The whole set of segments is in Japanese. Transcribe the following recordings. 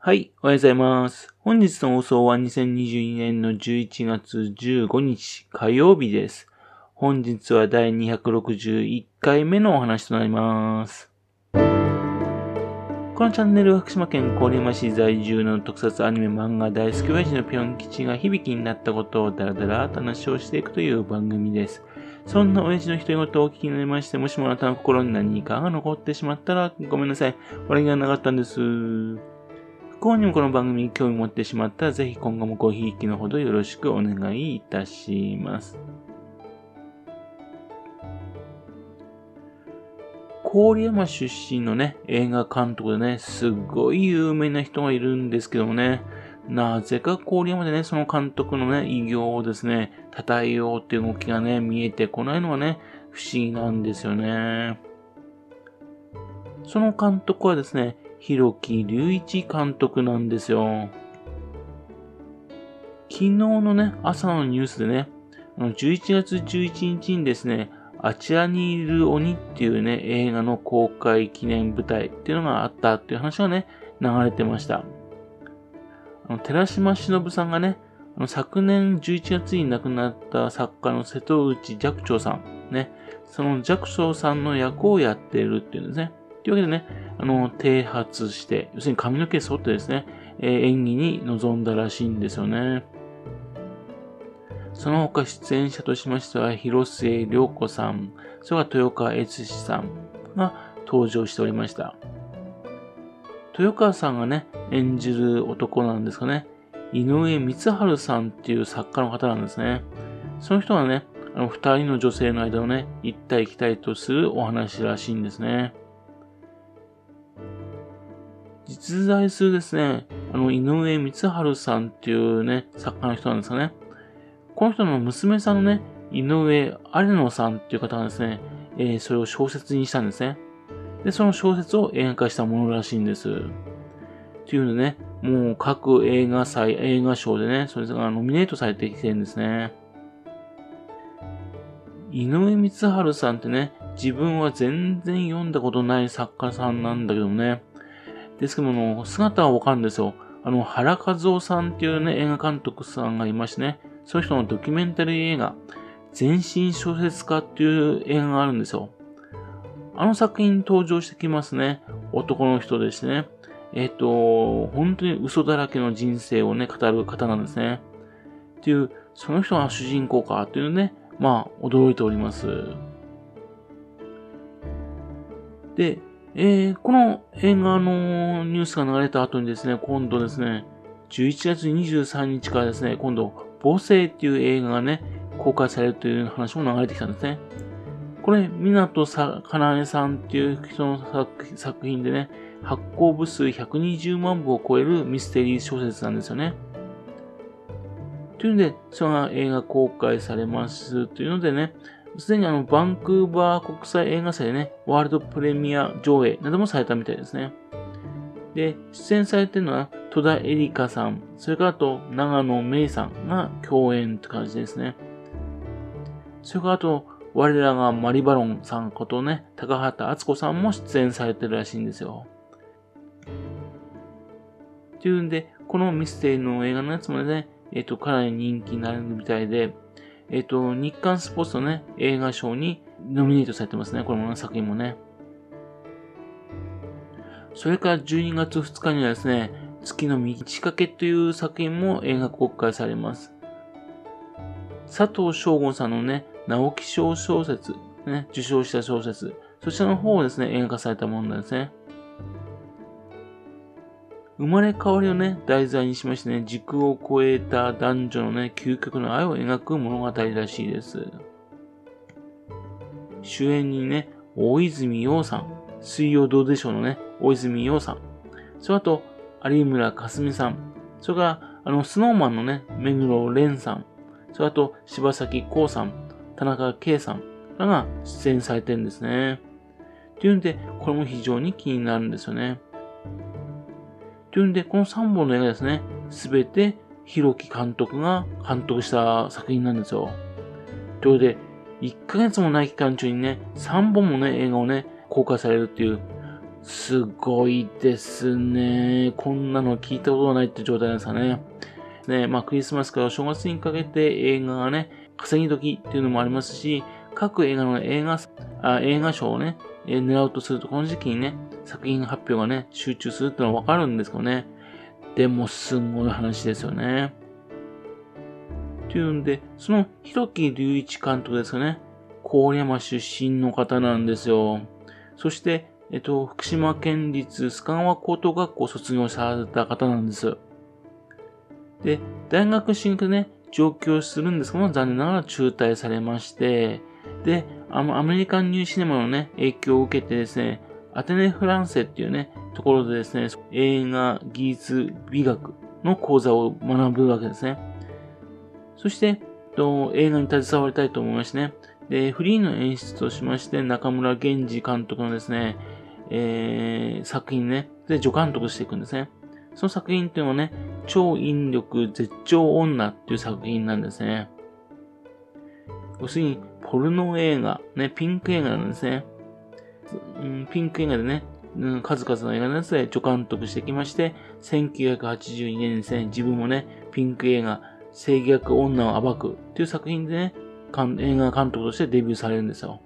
はい、おはようございます。本日の放送は2022年の11月15日火曜日です。本日は第261回目のお話となります。このチャンネルは福島県郡山市在住の特撮アニメ漫画大好き親父のぴょん吉が響きになったことをダラダラと話をしていくという番組です。そんな親父の独り言をお聞きになりまして、もしもあなたの心に何かが残ってしまったらごめんなさい。悪気がなかったんです。不幸にもこの番組に興味持ってしまったら、ぜひ今後もごひいきのほどよろしくお願いいたします。郡山出身のね、映画監督でね、すごい有名な人がいるんですけどもね、なぜか郡山でね、その監督のね、偉業をですね、称えようっていう動きがね、見えてこないのはね、不思議なんですよね。その監督はですね、広木隆一監督なんですよ。昨日のね、朝のニュースでね、11月11日にですね、あちらにいる鬼っていうね、映画の公開記念舞台っていうのがあったっていう話がね、流れてました。寺島しのぶさんがね、昨年11月に亡くなった作家の瀬戸内寂聴さん、ね、その寂聴さんの役をやっているっていうんですね。というわけでね、剃髪して、要するに髪の毛剃ってですね、演技に臨んだらしいんですよね。その他出演者としましては、広末涼子さん、それから豊川悦司さんが登場しておりました。豊川さんがね、演じる男なんですかね、井上光晴さんっていう作家の方なんですね。その人がね、二人の女性の間をね、行ったり来たりとするお話らしいんですね。実在するですね、井上光晴さんっていうね、作家の人なんですかね。この人の娘さんのね、井上有野さんっていう方がですね、それを小説にしたんですね。で、その小説を映画化したものらしいんです。っていうのでね、もう各映画祭、映画賞でね、それがノミネートされてきてるんですね。井上光晴さんってね、自分は全然読んだことない作家さんなんだけどね。ですけども、姿はわかるんですよ。原和夫さんっていうね、映画監督さんがいましてね、その人のドキュメンタリー映画、全身小説家っていう映画があるんですよ。あの作品に登場してきますね。男の人でしてね。本当に嘘だらけの人生をね、語る方なんですね。っていう、その人が主人公かっていうね、まあ、驚いております。で、この映画のニュースが流れた後にですね、今度ですね、11月23日からですね、今度、母性っていう映画がね、公開されるという話も流れてきたんですね。これ、港かなえさんっていう人の作品でね、発行部数120万部を超えるミステリー小説なんですよね。というんで、それが映画公開されますというのでね、すでにバンクーバー国際映画祭でね、ワールドプレミア上映などもされたみたいですね。で、出演されているのは戸田恵梨香さん、それからあと長野芽郁さんが共演って感じですね。それからあと、我らがマリバロンさんことね、高畑敦子さんも出演されてるらしいんですよ。というんで、このミステリーの映画のやつもね、かなり人気になるみたいで、日刊スポーツのね、映画賞にノミネートされてますね、この作品もね。それから12月2日にはですね、月の満ち欠けという作品も映画公開されます。佐藤翔吾さんのね、直木賞小説、ね、受賞した小説、そちらの方をですね、映画化されたものなんですね。生まれ変わりをね、題材にしましてね、時空を超えた男女のね、究極の愛を描く物語らしいです。主演にね、大泉洋さん、水曜どうでしょうのね、大泉洋さん、それあと、有村架純さん、それから、スノーマンのね、目黒蓮さん、それあと、柴咲コウさん、田中圭さんらが出演されてるんですね。というんで、これも非常に気になるんですよね。というんで、この3本の映画ですね、すべて、広木監督が監督した作品なんですよ。ということで、1ヶ月もない期間中にね、3本もね、映画をね、公開されるっていう、 すごいですね。こんなの聞いたことがないって状態なんですかね。クリスマスからお正月にかけて映画がね、稼ぎ時っていうのもありますし、各映画の映画賞をね、狙うとすると、この時期にね、作品発表がね、集中するってのはわかるんですけどね。でも、すごい話ですよね。というんで、その、広木隆一監督ですかね。郡山出身の方なんですよ。そして、福島県立須賀川高等学校を卒業された方なんです。で、大学進学でね、上京するんですけども、残念ながら中退されまして、で、アメリカンニューシネマのね、影響を受けてですね、アテネ・フランセっていうね、ところでですね、映画技術美学の講座を学ぶわけですね。そして、映画に携わりたいと思いましてね、で、フリーの演出としまして、中村源次監督のですね、作品ね、で、助監督していくんですね。その作品っていうのはね、超引力絶頂女っていう作品なんですね。要するに、ポルノ映画、ね、ピンク映画なんですね。ピンク映画でね、数々の映画のやつで助監督してきまして、1982年ですね、自分もね、ピンク映画、正義悪女を暴くっていう作品でね、映画監督としてデビューされるんですよ。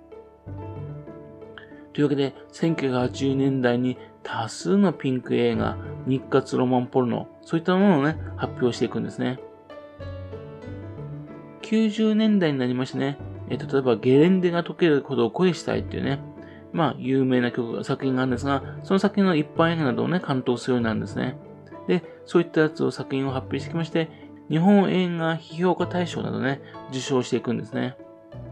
というわけで、1980年代に多数のピンク映画、日活ロマンポルノ、そういったものをね、発表していくんですね。90年代になりましてね、例えばゲレンデが溶けるほど恋したいっていうね、有名な作品があるんですが、その作品の一般映画などをね、監督するようになるんですね。で、そういったやつを作品を発表してきまして、日本映画批評家大賞などね、受賞していくんですね。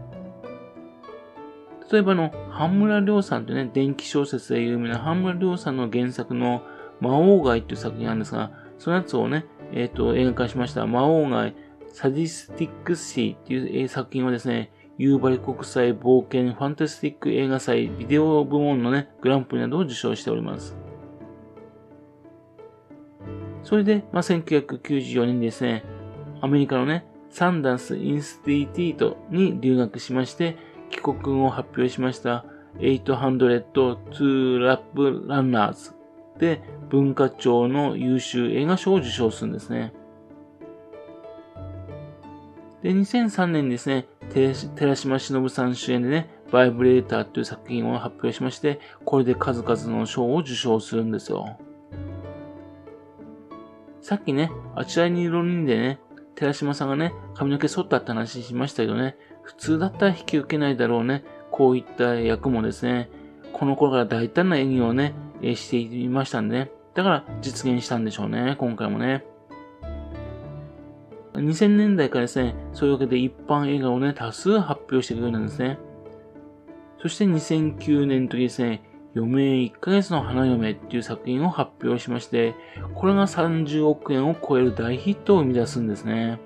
例えば半村亮さんというね、電気小説で有名な半村亮さんの原作の魔王街という作品があるんですが、そのやつをね、映画化しました魔王街サディスティックシーっていう作品をですね、夕張国際冒険ファンタスティック映画祭ビデオ部門のね、グランプリなどを受賞しております。それで、1994年にですね、アメリカのね、サンダンス・インスティティートに留学しまして、帰国後を発表しました800 to Lap Runners で文化庁の優秀映画賞を受賞するんですね。で、2003年にですね、寺島しのぶさん主演でね、バイブレーターという作品を発表しまして、これで数々の賞を受賞するんですよ。さっきね、あちらにいる4人でね、寺島さんがね、髪の毛剃ったって話しましたけどね、普通だったら引き受けないだろうね、こういった役もですね、この頃から大胆な演技をね、していましたんでね、だから実現したんでしょうね、今回もね。2000年代からですね、そういうわけで一般映画をね、多数発表していくようなんですね。そして2009年の時ですね、余命1ヶ月の花嫁っていう作品を発表しまして、これが30億円を超える大ヒットを生み出すんですね。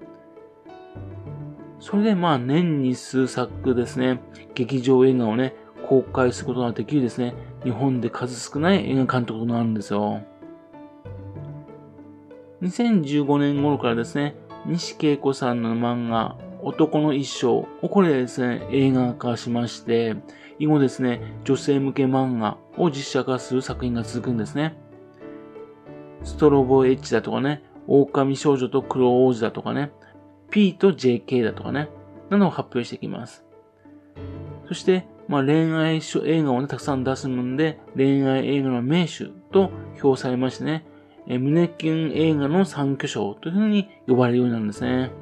それで年に数作ですね、劇場映画をね、公開することができるですね、日本で数少ない映画監督となるんですよ。2015年頃からですね、西恵子さんの漫画、男の一生をこれでですね、映画化しまして、以後ですね、女性向け漫画を実写化する作品が続くんですね。ストロボエッジだとかね、狼少女と黒王子だとかね、P と JK だとかね、などを発表していきます。そして、恋愛映画をね、たくさん出すので、恋愛映画の名手と評されましてね、胸キュン映画の三巨匠というふうに呼ばれるようになるんですね。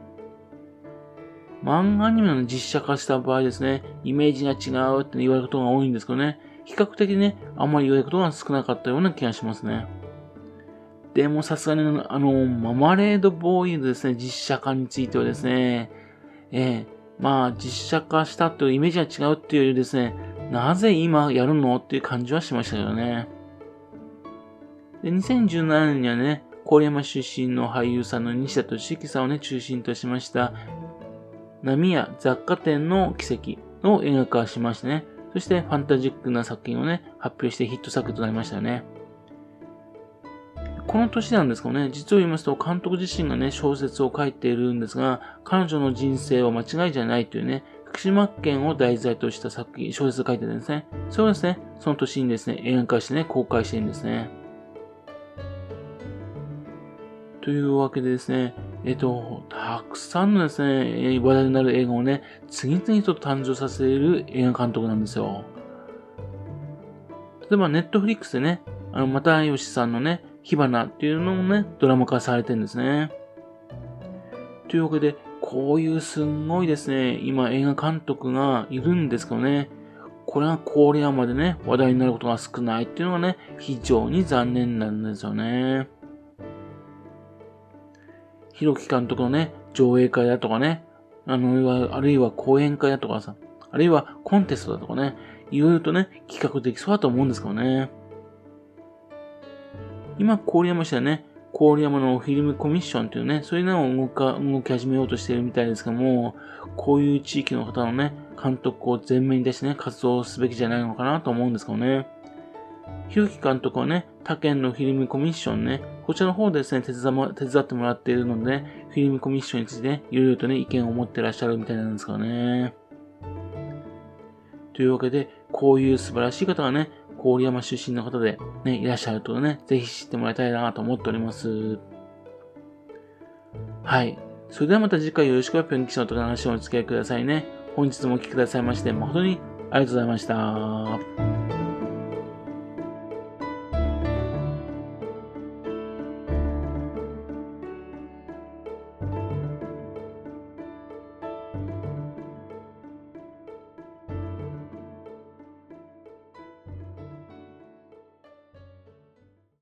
漫画アニメの実写化した場合ですね、イメージが違うって言われることが多いんですけどね、比較的ね、あんまり言われることが少なかったような気がしますね。でもさすがにママレードボーイのですね、実写化についてはですね、実写化したというイメージが違うっていうよりですね、なぜ今やるのっていう感じはしましたけどね。で、2017年にはね、郡山出身の俳優さんの西田敏行さんをね、中心としました、波屋雑貨店の奇跡を映画化しましてね、そしてファンタジックな作品をね、発表してヒット作となりましたよね。この年なんですけどね、実を言いますと監督自身がね、小説を書いているんですが、彼女の人生は間違いじゃないというね、 福島県を題材とした作品、小説を書いてるんですね。それをですね、その年にですね、映画化してね、公開してるんですね。というわけでですね、たくさんのですね、話題になる映画をね、次々と誕生させる映画監督なんですよ。例えば、ネットフリックスでね、又吉さんのね、火花っていうのもね、ドラマ化されてるんですね。というわけで、こういうすんごいですね、今映画監督がいるんですけどね、これが郡山でね、話題になることが少ないっていうのがね、非常に残念なんですよね。弘樹監督のね、上映会だとかね、あるいは講演会だとかさ、あるいはコンテストだとかね、いろいろとね、企画できそうだと思うんですけどね。今、郡山市はね、郡山のフィルムコミッションというね、そういうのを動き始めようとしているみたいですけども、こういう地域の方のね、監督を前面に出してね、活動すべきじゃないのかなと思うんですけどね。弘樹監督はね、他県のフィルムコミッションね、こちらの方でですね、手伝ってもらっているので、ね、フィルムコミッションについてね、いろいろとね、意見を持ってらっしゃるみたいなんですからね。というわけで、こういう素晴らしい方がね、郡山出身の方でね、いらっしゃるとね、ぜひ知ってもらいたいなと思っております。はい。それではまた次回よろしくぴょん吉のと話をお付き合いくださいね。本日もお聞きくださいまして、誠にありがとうございました。